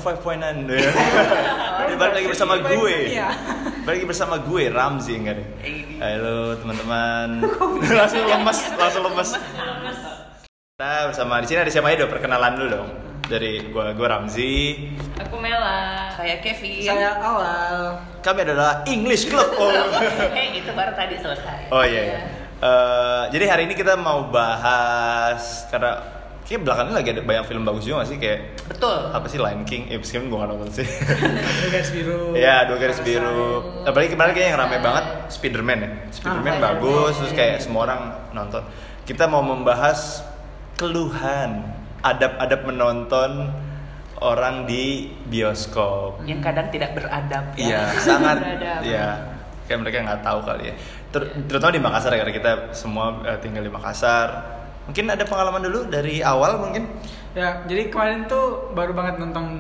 105.9 ya. Balik lagi bersama gue. Balik lagi bersama gue Ramzi enggak deh. Halo teman-teman. langsung lemes. Nah, bersama di sini ada siapa aja dong? Perkenalan dulu dong. Dari gue Ramzi. Aku Mela. Saya Kevin. Saya Awal. Kami adalah English Club. Itu baru tadi selesai. Oh iya. Jadi hari ini kita mau bahas karena kayak belakangan lagi ada banyak film bagus juga gak sih kayak betul. Apa sih Lion King? Meskipun gue gak nonton sih. Dua garis biru. Iya, Dua Garis Biru. Apalagi kemarin kayak yang rame banget Spider-Man ya. Spider-Man bagus, terus kayak semua orang nonton. Kita mau membahas keluhan adab-adab menonton orang di bioskop. Yang kadang tidak beradab ya. Iya, sangat. Iya. Kayak mereka nggak tahu kali ya. Terutama di Makassar ya, karena kita semua tinggal di Makassar. Mungkin ada pengalaman dulu dari awal mungkin. Ya, jadi kemarin tuh baru banget nonton.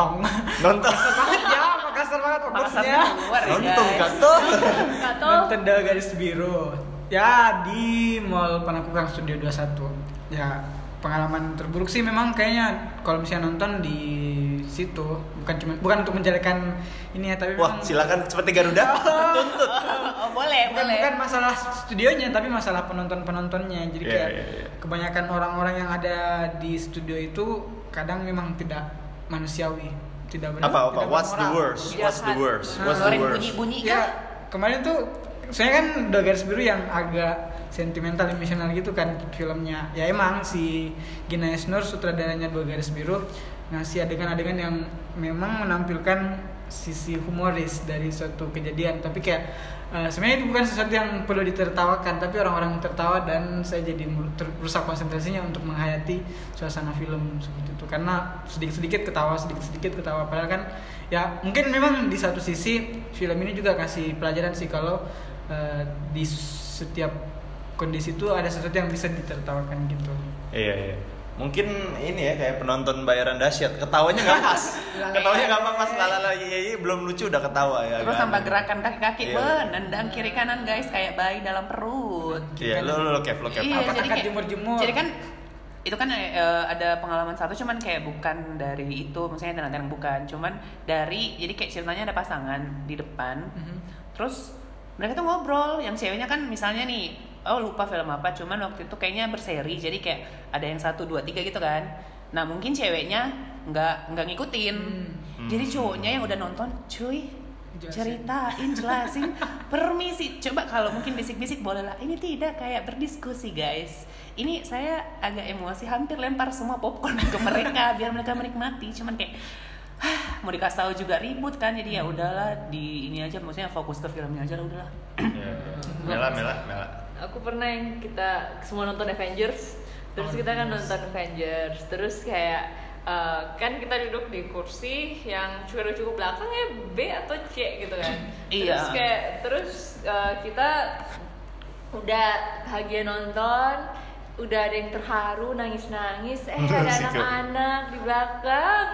Makassar banget fokusnya. Nonton kato. Nonton Dua Garis Biru. Ya, di Mall Panakukang Studio 21. Ya, pengalaman terburuk sih memang kayaknya kalau misalnya nonton di situ bukan untuk menjelekan ini ya, tapi wah, silakan seperti Garuda tuntut. Boleh. Bukan masalah studionya tapi masalah penontonnya. Jadi kayak kebanyakan orang-orang yang ada di studio itu kadang memang tidak manusiawi, tidak benar. Apa? What's the worst? Bunyi-bunyi ya, kan? kemarin tuh saya kan Dua Garis Biru yang agak sentimental emosional gitu kan filmnya. Ya emang si Gina Esnur sutradaranya Dua Garis Biru ngasih adegan-adegan yang memang menampilkan sisi humoris dari suatu kejadian, tapi kayak sebenarnya itu bukan sesuatu yang perlu ditertawakan, tapi orang-orang tertawa dan saya jadi rusak konsentrasinya untuk menghayati suasana film seperti itu karena sedikit-sedikit ketawa padahal kan ya mungkin memang di satu sisi film ini juga kasih pelajaran sih kalau di setiap kondisi itu ada sesuatu yang bisa ditertawakan gitu. Iya. Mungkin ini ya kayak penonton bayaran dahsyat, ketawanya nggak pas. Iya, belum lucu udah ketawa ya. Terus sampai gerakan kaki-kaki nendang kiri kanan guys kayak bayi dalam perut. Iya, lo kev. Iya, jadi kan jemur-jemur. Jadi kan itu kan ada pengalaman satu cuman kayak bukan dari itu, maksudnya yang bukan, cuman dari jadi kayak ceritanya ada pasangan di depan. Terus mereka tuh ngobrol, yang ceweknya kan misalnya nih, lupa film apa, cuman waktu itu kayaknya berseri, jadi kayak ada yang 1, 2, 3 gitu kan. Nah mungkin ceweknya nggak ngikutin, jadi cowoknya yang udah nonton, cuy jelasin, permisi, coba kalau mungkin bisik-bisik boleh lah, ini tidak kayak berdiskusi guys, ini saya agak emosi, hampir lempar semua popcorn ke mereka biar mereka menikmati, cuman kayak mau dikasih tahu juga ribut kan, jadi ya udahlah di ini aja, maksudnya fokus ke filmnya aja lah udahlah. Mela. Aku pernah yang kita semua nonton Avengers, terus kita kan nonton Avengers, terus kayak kan kita duduk di kursi yang cukup belakang ya, B atau C gitu kan. Terus kita udah bahagia nonton, udah ada yang terharu nangis-nangis, ada anak-anak di belakang.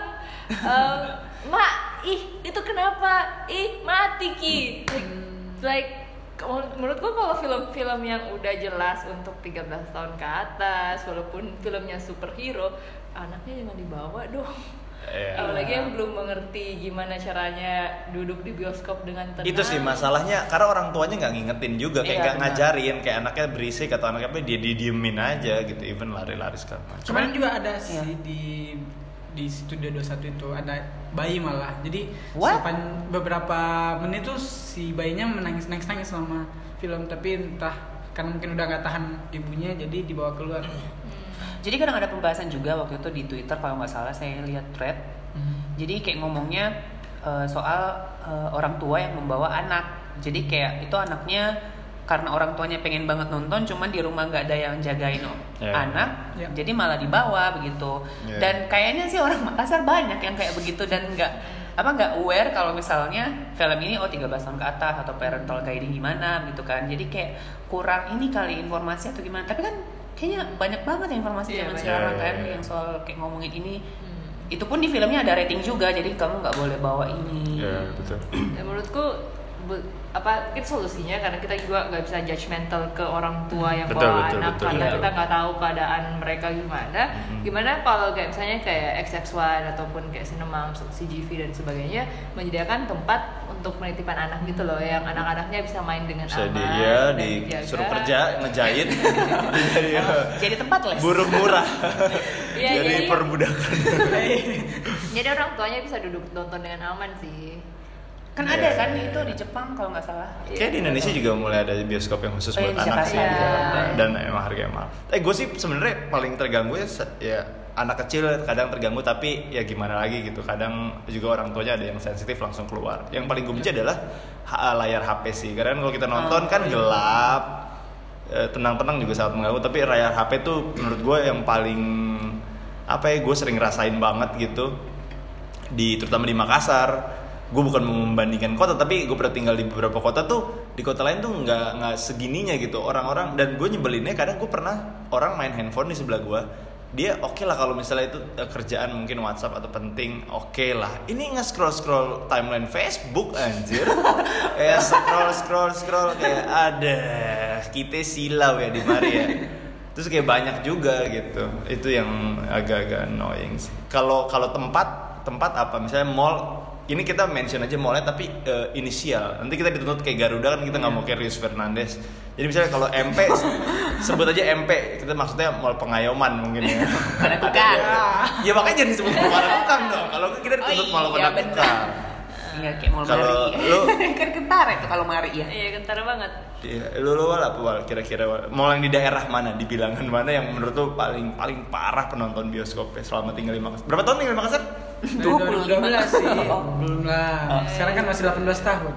Mak, itu kenapa? Mati Ki. Like menurutku kalau film-film yang udah jelas untuk 13 tahun ke atas, walaupun filmnya superhero, anaknya jangan dibawa dong. Apalagi yang belum mengerti gimana caranya duduk di bioskop dengan tenang. Itu sih masalahnya, karena orang tuanya nggak ngingetin juga, kayak nggak ngajarin, kayak anaknya berisik atau anaknya apa dia didiemin aja gitu, even lari-lari segala macam. Cuman juga ada sih di Studio 21 itu ada bayi malah. Jadi beberapa menit tuh si bayinya menangis selama film, tapi entah karena mungkin udah nggak tahan ibunya jadi dibawa keluar. Jadi kadang ada pembahasan juga waktu itu di Twitter kalau nggak salah saya lihat thread. Jadi kayak ngomongnya soal orang tua yang membawa anak. Jadi kayak itu anaknya karena orang tuanya pengen banget nonton, cuman di rumah nggak ada yang jagain anak, jadi malah dibawa begitu. Dan kayaknya sih orang Makassar banyak yang kayak begitu dan nggak aware kalau misalnya film ini 13 tahun ke atas atau parental guiding gimana gitu kan. Jadi kayak kurang ini kali informasi atau gimana. Tapi kan kayaknya banyak banget informasi zaman sekarang kan yang soal kayak ngomongin ini. Itu pun di filmnya ada rating juga, jadi kamu nggak boleh bawa ini. Iya betul. Ya, menurutku kita solusinya karena kita juga nggak bisa judgmental ke orang tua yang Betul, bawa betul, anak betul, karena betul. kita nggak tahu keadaan mereka gimana kalau kayak misalnya kayak XX1 ataupun kayak Cinemam, CGV dan sebagainya menyediakan tempat untuk penitipan anak gitu loh, yang anak-anaknya bisa main dengan Bisa aman dan disuruh dijaga. kerja ngejahit Jadi tempat les. buruh murah. Iya, Jadi jadi- perbudakan. Jadi orang tuanya bisa duduk nonton dengan aman sih. Kan ada kan itu di Jepang kalau nggak salah. Kayak di Indonesia juga mulai ada bioskop yang khusus Oh, buat iya, di anak sih. Jakarta. Iya. Dan emang harganya mahal. Gue sih sebenarnya paling terganggu ya anak kecil kadang terganggu, tapi ya gimana lagi gitu. Kadang juga orang tuanya ada yang sensitif langsung keluar. Yang paling gue benci adalah layar HP sih. Karena kalau kita nonton kan gelap, tenang-tenang juga sangat mengganggu. Tapi layar HP tuh menurut gue yang paling gue sering rasain banget gitu. Terutama di Makassar. Gue bukan membandingkan kota, tapi gue pernah tinggal di beberapa kota tuh, di kota lain tuh nggak segininya gitu orang-orang. Dan gue nyebelinnya kadang gue pernah orang main handphone di sebelah gue, dia oke lah kalau misalnya itu kerjaan mungkin WhatsApp atau penting, oke lah. Ini nge-scroll timeline Facebook anjir. Scroll kayak ada kita silau ya di mari ya. Terus kayak banyak juga gitu. Itu yang agak-agak annoying sih. Kalau tempat apa misalnya mall, ini kita mention aja mallnya tapi inisial. Nanti kita dituntut kayak Garuda kan, kita nggak mau kayak Rius Fernandes. Jadi misalnya kalau MP sebut aja MP, kita maksudnya mall Pengayoman mungkin ya. Panakukang. Ya makanya jangan disebut mall Panakukang dong. Kalau kita dituntut mall Panakukang. Iya kayak mau Kalau Mari. lu Kan kentara itu kalau Mari ya. Iya, kentara banget. Iya, lu apa Wal? Kira-kira Wal? Mall yang di daerah mana, di bilangan mana yang menurut lu paling parah penonton bioskopnya selama tinggal di Makassar? Berapa tahun tinggal di Makassar? Dari 2012 sih. Belum lah. Sekarang kan masih 18 tahun.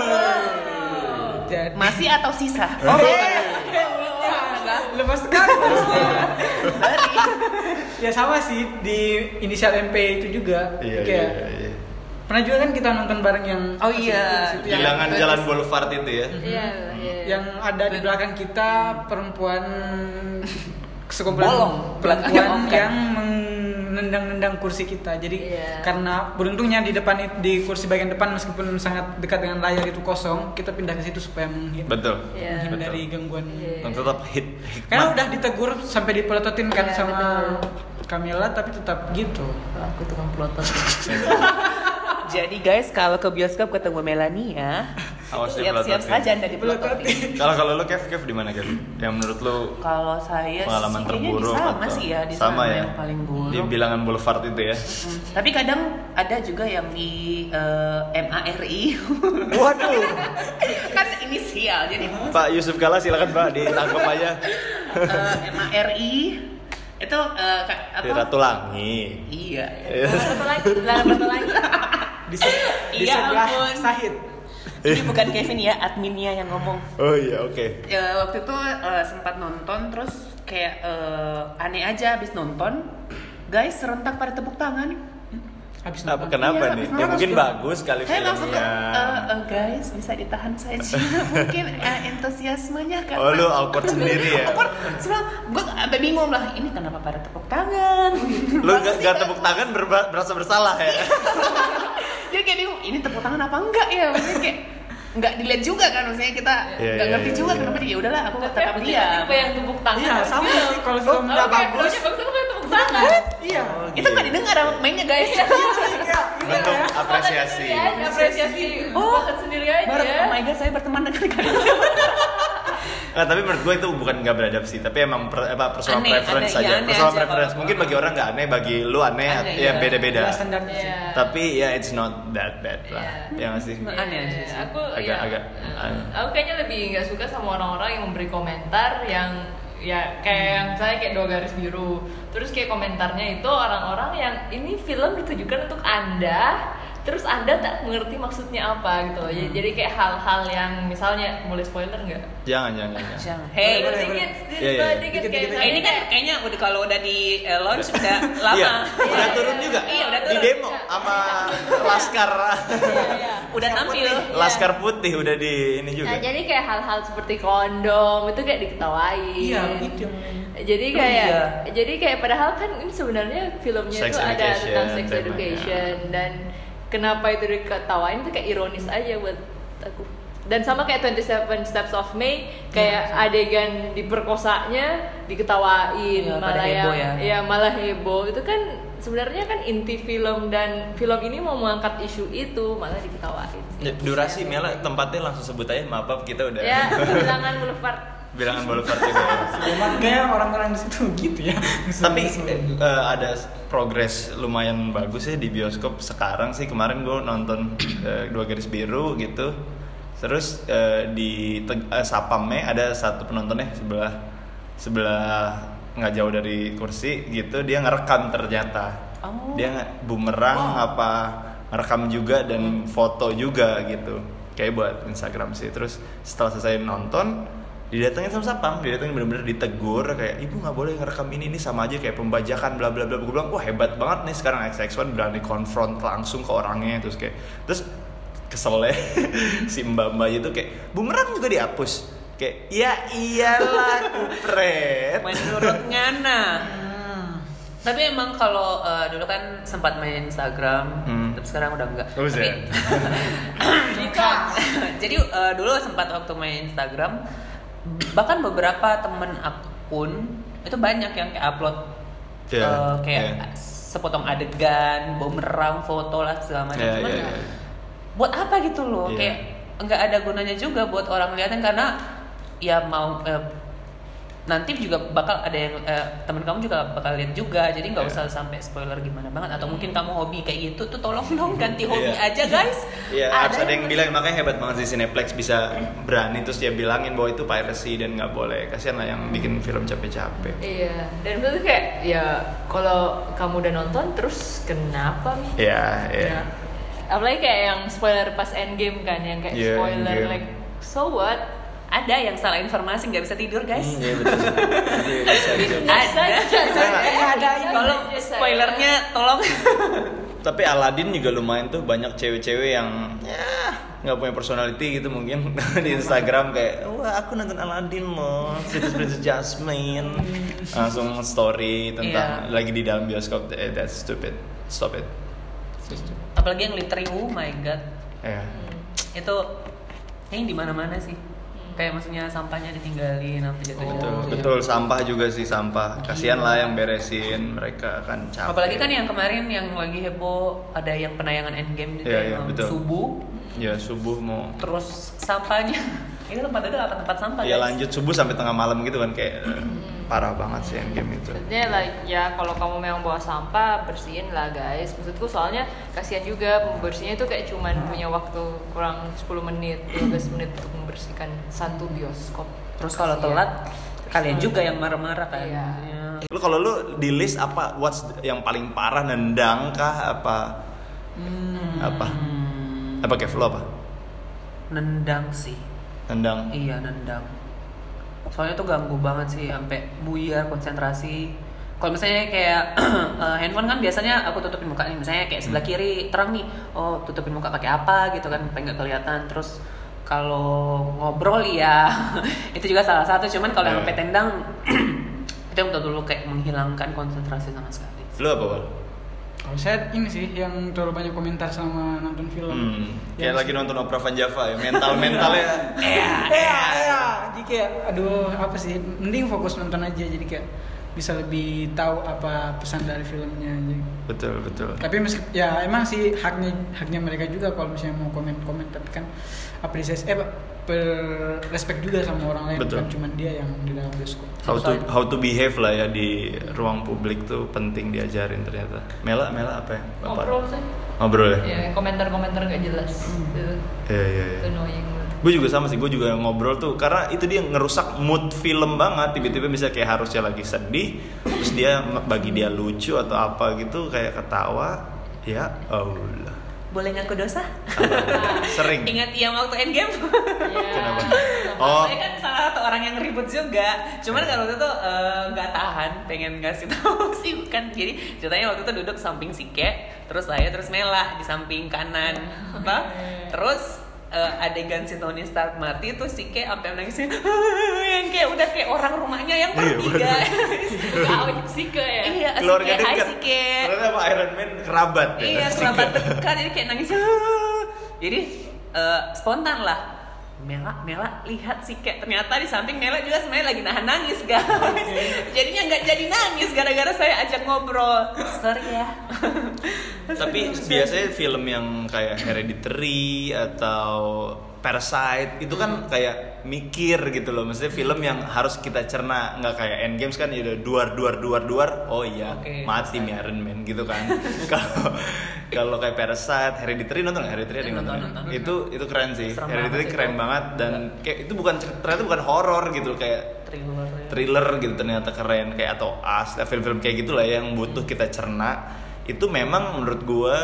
Jadi Masih atau sisa? Oh, lepas sekali. Ya sama sih di inisial MP itu juga. Iya. Pernah juga kan kita nonton bareng yang Oh iya. di situ yang, Bilangan Jalan Boulevard itu ya. Iya. yang ada di belakang kita perempuan sekumpulan Bolong. perempuan Belakangnya yang menendang-nendang kursi kita. Jadi Iya. karena beruntungnya di depan di kursi bagian depan meskipun sangat dekat dengan layar itu kosong, kita pindah ke situ supaya Betul. Iya. menghindari gangguan. Iya. Dan tetap hit. Karena udah ditegur sampai dipelototin kan Iya, sama betul. Camilla, tapi tetap gitu. Aku tukang pelotot. Jadi guys kalau ke bioskop ketemu Melania, Awas siap-siap dipelototin. saja Anda dipelototin. Kalau lu Kev di mana Kev? Yang menurut lu Kalau saya pengalaman sih kayaknya terburuk sama atau sih ya di sama sana ya? yang paling buruk. Di bilangan Boulevard itu ya. Tapi kadang ada juga yang di MARI. Waduh. Kan inisial jadi Pak Yusuf Kala silakan Pak ditangkap aja. MARI itu Di Ratu Langit. Iya. Satu lagi. Di Iya, sebelah ampun. Sahid. Ini bukan Kevin ya, adminnya yang ngomong. Oh iya, oke. Waktu itu sempat nonton terus kayak aneh aja habis nonton, guys serentak pada tepuk tangan. Habis Apa nonton. kenapa Iya, nih? habis Ya nonton mungkin terus bagus kali Saya langsung filmnya. guys bisa ditahan saja. Mungkin entusiasmenya kan. Oh lu awkward sendiri ya? Gue sampai bingung lah, ini kenapa pada tepuk tangan? Lu gak tepuk tangan berasa bersalah ya? Jadi kayak bingung, ini tepuk tangan apa enggak ya? Maksudnya kayak nggak dilihat juga kan, maksudnya kita Iya, nggak ngerti iya, juga iya. kenapa dia. Ya udahlah, aku tetap Tipe diam. yang tepuk tangan. Iya, sama sih kalau film udah bagus. Bagus kayak tepuk tangan. Iya. Itu nggak didengar mainnya guys. Bentuk apresiasi. Apresiasi. Oh, Bukan sendiri aja. Oh my god, saya berteman dengan kalian. Nah, tapi menurut gue itu bukan nggak beradab sih, tapi emang personal Aneh, preference aneh, aja. iya, aneh Personal aja preference. kalau- Mungkin bagi orang nggak aneh, bagi lu aneh, Aneh, ya iya. beda-beda. Iya, standarnya sih. Iya. Tapi ya it's not that bad lah. Ya nggak sih? Aneh aja sih. Aku Agak- aku kayaknya lebih nggak suka sama orang-orang yang memberi komentar yang ya kayak yang misalnya kayak 2 garis biru. Terus kayak komentarnya itu orang-orang yang ini film ditujukan untuk Anda. Terus Anda tak mengerti maksudnya apa gitu. Jadi kayak hal-hal yang misalnya boleh spoiler nggak? Jangan. Hey, Boleh, Dikit, Iya, iya. dikit kayak Dikit-dikit. ini kan kayaknya udah kalau udah di launch udah lama. Iya, udah turun juga. Iya, udah Di turun. demo sama Laskar. Udah tampil. Laskar Putih udah di ini juga. Nah, jadi kayak hal-hal seperti kondom itu kayak diketawain. Iya, itu yang Jadi Oh, kayak iya. jadi kayak padahal kan ini sebenarnya filmnya Sex itu ada education tentang sex temanya. education dan kenapa itu diketawain itu kayak ironis aja buat aku. Dan sama kayak 27 Steps of May, kayak adegan diperkosanya diketawain, malah malah heboh. Itu kan sebenarnya kan inti film, dan film ini mau mengangkat isu itu malah diketawain. Durasi Mela tempatnya langsung sebut aja, maaf kita udah. Ya, Bilangan Boulevard juga. Makanya orang-orang di situ gitu ya. Tapi ada progres lumayan bagus ya di bioskop sekarang sih. Kemarin gue nonton 2 Garis Biru gitu. Terus di Sapamnya ada satu penontonnya sebelah nggak jauh dari kursi gitu, dia ngerekam ternyata. Dia bumerang ngerekam juga dan foto juga gitu. Kayak buat Instagram sih. Terus setelah selesai nonton, didatengin sama Sapam, bener-bener ditegur kayak, ibu nggak boleh ngerekam ini sama aja kayak pembajakan bla bla bla. Gue bilang, wah hebat banget nih sekarang XX1 berani konfront langsung ke orangnya. Terus keselnya si mbak-mbak itu kayak, bumerang juga dihapus. Kayak, ya iyalah kupret. Menurut Ngana. Tapi emang kalau dulu kan sempat main Instagram, tapi sekarang udah enggak. Jadi dulu sempat waktu main Instagram, bahkan beberapa temen akun itu banyak yang kayak upload sepotong adegan, bumerang, foto lah segala macam. Cuman buat apa gitu loh? Kayak nggak ada gunanya juga buat orang liatin, karena ya mau nanti juga bakal ada yang teman kamu juga bakal lihat juga, jadi nggak usah sampai spoiler gimana banget. Atau mungkin kamu hobi kayak gitu tuh, tolong dong ganti hobi aja guys. Harus ada yang bilang, makanya hebat banget sih Cineplex bisa berani terus dia bilangin bahwa itu piracy dan nggak boleh. Kasian lah yang bikin film capek-capek. Iya, dan itu kayak ya kalau kamu udah nonton terus kenapa nih? Iya. Apalagi kayak yang spoiler pas Endgame kan, yang kayak spoiler Endgame. Like so what? Ada yang salah informasi nggak bisa tidur guys. Iya betul. Ada. Tolong spoilernya tolong. Tapi Aladdin juga lumayan tuh, banyak cewek-cewek yang nggak punya personality gitu mungkin di Instagram kayak, wah aku nonton Aladdin loh, Princess Jasmine, langsung story tentang lagi di dalam bioskop. That's stupid. Stop it. Apalagi yang littering, oh my god. Itu yang di mana-mana sih. Kayak maksudnya sampahnya ditinggalin sampai jatuh. Betul, sampah juga sih, sampah. Kasihan lah yang beresin, mereka kan capek. Apalagi kan yang kemarin yang lagi heboh, ada yang penayangan Endgame gitu subuh. Ya, subuh mau. Terus sampahnya itu tempat itu apa tempat sampah? Ya lanjut subuh sampai tengah malam gitu kan, kayak parah banget sih Endgame itu. Maksudnya ya kalau kamu memang bawa sampah, bersihin lah guys. Maksudku soalnya kasihan juga pembersihnya itu kayak cuman punya waktu kurang 10 menit, 12 menit untuk membersihkan satu bioskop. Terus kalau telat, kalian juga yang marah-marah kan. Lu kalau lu di list apa, what's yang paling parah, nendang kah apa? Apa Kev, lu apa? Nendang sih. Nendang? Iya, nendang. Soalnya tuh ganggu banget sih, sampai buyar konsentrasi. Kalau misalnya kayak handphone kan biasanya aku tutupin muka nih, misalnya kayak sebelah kiri terang nih, oh tutupin muka pakai apa gitu kan, pengen nggak kelihatan. Terus kalau ngobrol ya itu juga salah satu. Cuman kalau yang sampai tendang itu yang betul-betul kayak menghilangkan konsentrasi sama sekali. Lu apa Bang? Kalau saya ini sih yang terlalu banyak komentar sama nonton film. Kayak lagi nonton Opera Van Java ya, mentalnya. Jadi kayak aduh apa sih? Mending fokus nonton aja, jadi kayak bisa lebih tahu apa pesan dari filmnya aja. Betul. Tapi ya emang sih haknya mereka juga kalau misalnya mau komen, tapi kan apresiasi respect juga sama orang lain, bukan cuma dia yang di dalam bioskop. How to behave lah ya di ruang publik tuh penting diajarin ternyata. Mela apa ya? Ngobrol ya? Iya, komentar-komentar gak jelas. Iya. Itu annoying. Gue juga sama sih, gue juga ngobrol tuh karena itu dia ngerusak mood film banget. Tiba-tiba bisa kayak harusnya lagi sedih, terus dia bagi dia lucu atau apa gitu kayak ketawa. Ya Allah. Boleh ngaku dosa? Sering. Ingat yang waktu Endgame? Kenapa? Saya kan salah satu orang yang ribut juga. Cuman kalau waktu itu nggak tahan, pengen ngasih tahu sih kan. Jadi ceritanya waktu itu duduk samping Sike, terus saya terus Mela di samping kanan. Terus adegan si Tony Stark mati tuh Sike sampai nangisnya yang kayak udah kayak orang rumahnya yang pergi guys. Sike ya. Iya, keluarga Sike, dekat. Sike. Karena sama Iron Man kerabat ya. Iya, kerabat dekat, jadi kayak nangis. Jadi spontan lah. Mela lihat sih kayak ternyata di samping Mela juga sebenarnya lagi nahan nangis guys. Jadinya nggak jadi nangis gara-gara saya ajak ngobrol. Sorry ya. Tapi biasanya film yang kayak Hereditary atau Parasite itu kan kayak mikir gitu loh, maksudnya film yang harus kita cerna, nggak kayak Endgames kan ya udah duar, oh iya mati nih Iron Man gitu kan. Kalau kayak Parasite, Hereditary nonton nggak? Hereditary nonton. Itu keren sih. Hereditary keren banget dan kayak itu ternyata bukan horor gitu, kayak thriller gitu ternyata keren, kayak atau Us, film-film kayak gitulah yang butuh kita cerna. Itu memang menurut gua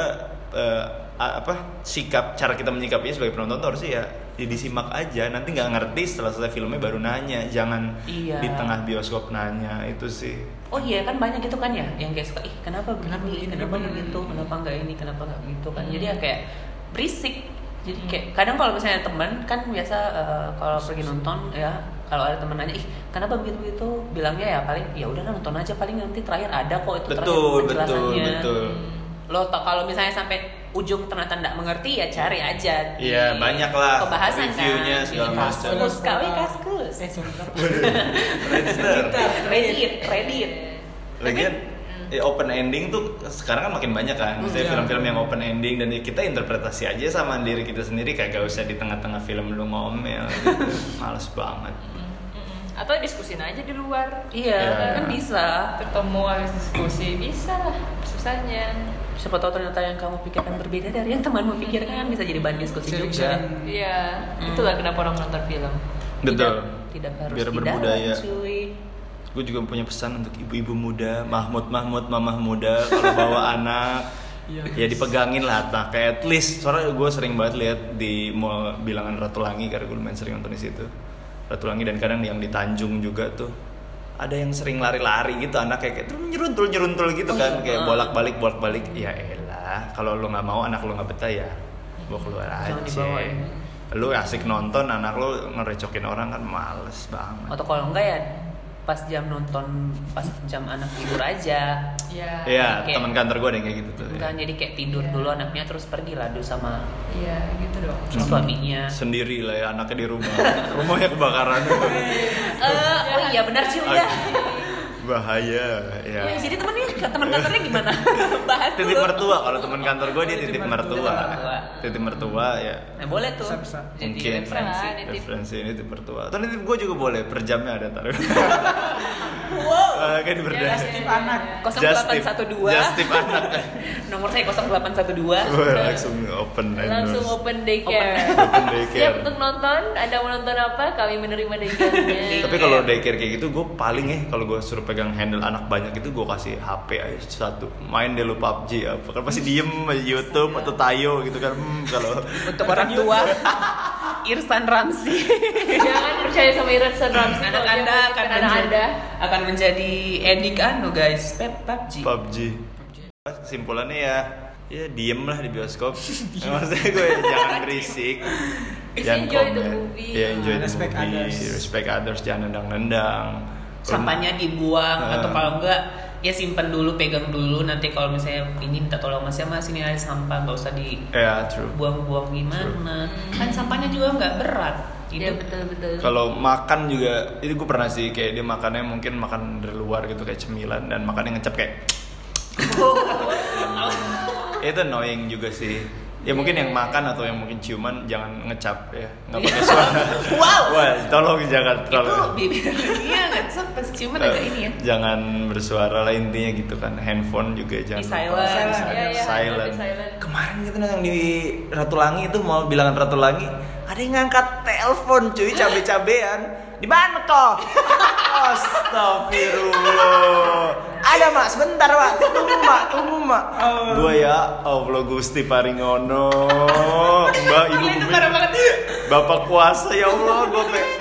sikap cara kita menyikapinya sebagai penonton tuh harusnya ya disimak aja, nanti nggak ngerti setelah selesai filmnya baru nanya, jangan di tengah bioskop nanya. Itu sih. Oh iya kan banyak gitu kan ya yang kayak suka kenapa begitu, kenapa nggak ini, kenapa nggak gitu kan. Jadi ya kayak berisik. Jadi kayak kadang kalau misalnya teman kan biasa kalau pergi nonton ya, kalau ada teman nanya kenapa begitu bilangnya ya paling ya udah nonton aja, paling nanti terakhir ada kok itu penjelasannya. Betul. Lo kalau misalnya sampai ujung ternyata nggak mengerti ya cari aja. Iya banyak lah pembahasan reviewnya kan. Segala macam. Kaskus. Reddit. Lagian open ending tuh sekarang kan makin banyak kan. Misalnya film-film yang open ending dan kita interpretasi aja sama diri kita sendiri, kayak gak usah di tengah-tengah film lu ngomel gitu. Males banget. Atau diskusin aja di luar. Iya, kan bisa. Ketemu habis diskusi bisa lah, susahnya. Siapa tahu ternyata yang kamu pikirkan berbeda dari yang temanmu pikirkan, bisa jadi bahan diskusi juga. Iya, itulah kenapa orang nonton film. Betul. Tidak harus biar berbudaya. Cuy. Gue juga punya pesan untuk ibu-ibu muda, mamah muda kalau bawa anak ya dipegangin lah, kayak at least. Soalnya gue sering banget lihat di mall Bilangan Ratulangi karena gue lumayan sering nonton di situ. Ratulangi dan kadang yang di Tanjung juga tuh ada yang sering lari-lari gitu, anak kayak nyeruntul gitu kan, kayak bolak-balik. Ya elah, kalau lu nggak mau anak lu nggak betah ya bawa keluar aja. Lu asik nonton, anak lu ngerecokin orang kan males banget. Atau kalau enggak ya pas jam anak tidur aja. Iya, teman kantor gue ada yang kayak gitu tuh. Kan jadi kayak tidur dulu anaknya terus pergi ladu sama gitu dong. Suaminya. Sendiri lah ya anaknya di rumah. Rumahnya kebakaran. Oh iya benar sih ya. Bahaya ya. Jadi teman kantornya gimana? Bahas titip dulu. mertua, kalau teman kantor gue dia titip mertua. Titip mertua ya. Nah, boleh tuh. Bisa. Mungkin referensi ini titip mertua. Atau nitip gue juga boleh, per jamnya ada taruh. Wow. Kan berdaya. Just tip anak. 0812. Just tip anak. Nomor saya 0812. Langsung open daycare. Siap untuk nonton? Anda mau nonton apa? Kami menerima daycare-nya. Tapi kalau daycare kayak gitu gue paling kalau gue suruh pegang handle anak banyak itu gue kasih HP aja satu, main deh lu PUBG apa kan pasti diem aja YouTube atau Tayo gitu kan. Kalau untuk orang tua Irfan Ramzi. Jangan percaya sama Irfan Ramzi. Anak Anda akan menjadi edik guys. PUBG. Kesimpulannya ya diem lah di bioskop. Maksudnya gue jangan berisik, jangan komen. Ya enjoy the movie, respect others, jangan nendang. Sampahnya dibuang atau kalau enggak ya simpan dulu, pegang dulu, nanti kalau misalnya ini minta tolong mas ini ada sampah, nggak usah dibuang-buang gimana. Kan sampahnya juga nggak berat. Iya betul. Kalau makan juga itu gue pernah sih, kayak dia makannya mungkin makan dari luar gitu kayak cemilan dan makannya ngecap kayak itu annoying juga sih. Ya mungkin yang makan atau yang mungkin ciuman jangan ngecap ya, nggak pakai suara. Wow. Wah, tolong jangan terlalu. Itu bibirnya ngecap pas ciuman agak ini ya. Jangan bersuara lah intinya gitu kan. Handphone juga jangan. Silent. Kemarin gitu yang di Ratulangi itu mau Bilangan Ratulangi ada yang ngangkat telepon cuy, cabe-cabean. Di mana toh? Astagfirullah. Ada mak, sebentar mak. Tunggu mak. Gua ya Allah Gusti Paringono. Mbak ibu. Bapak kuasa ya Allah, gua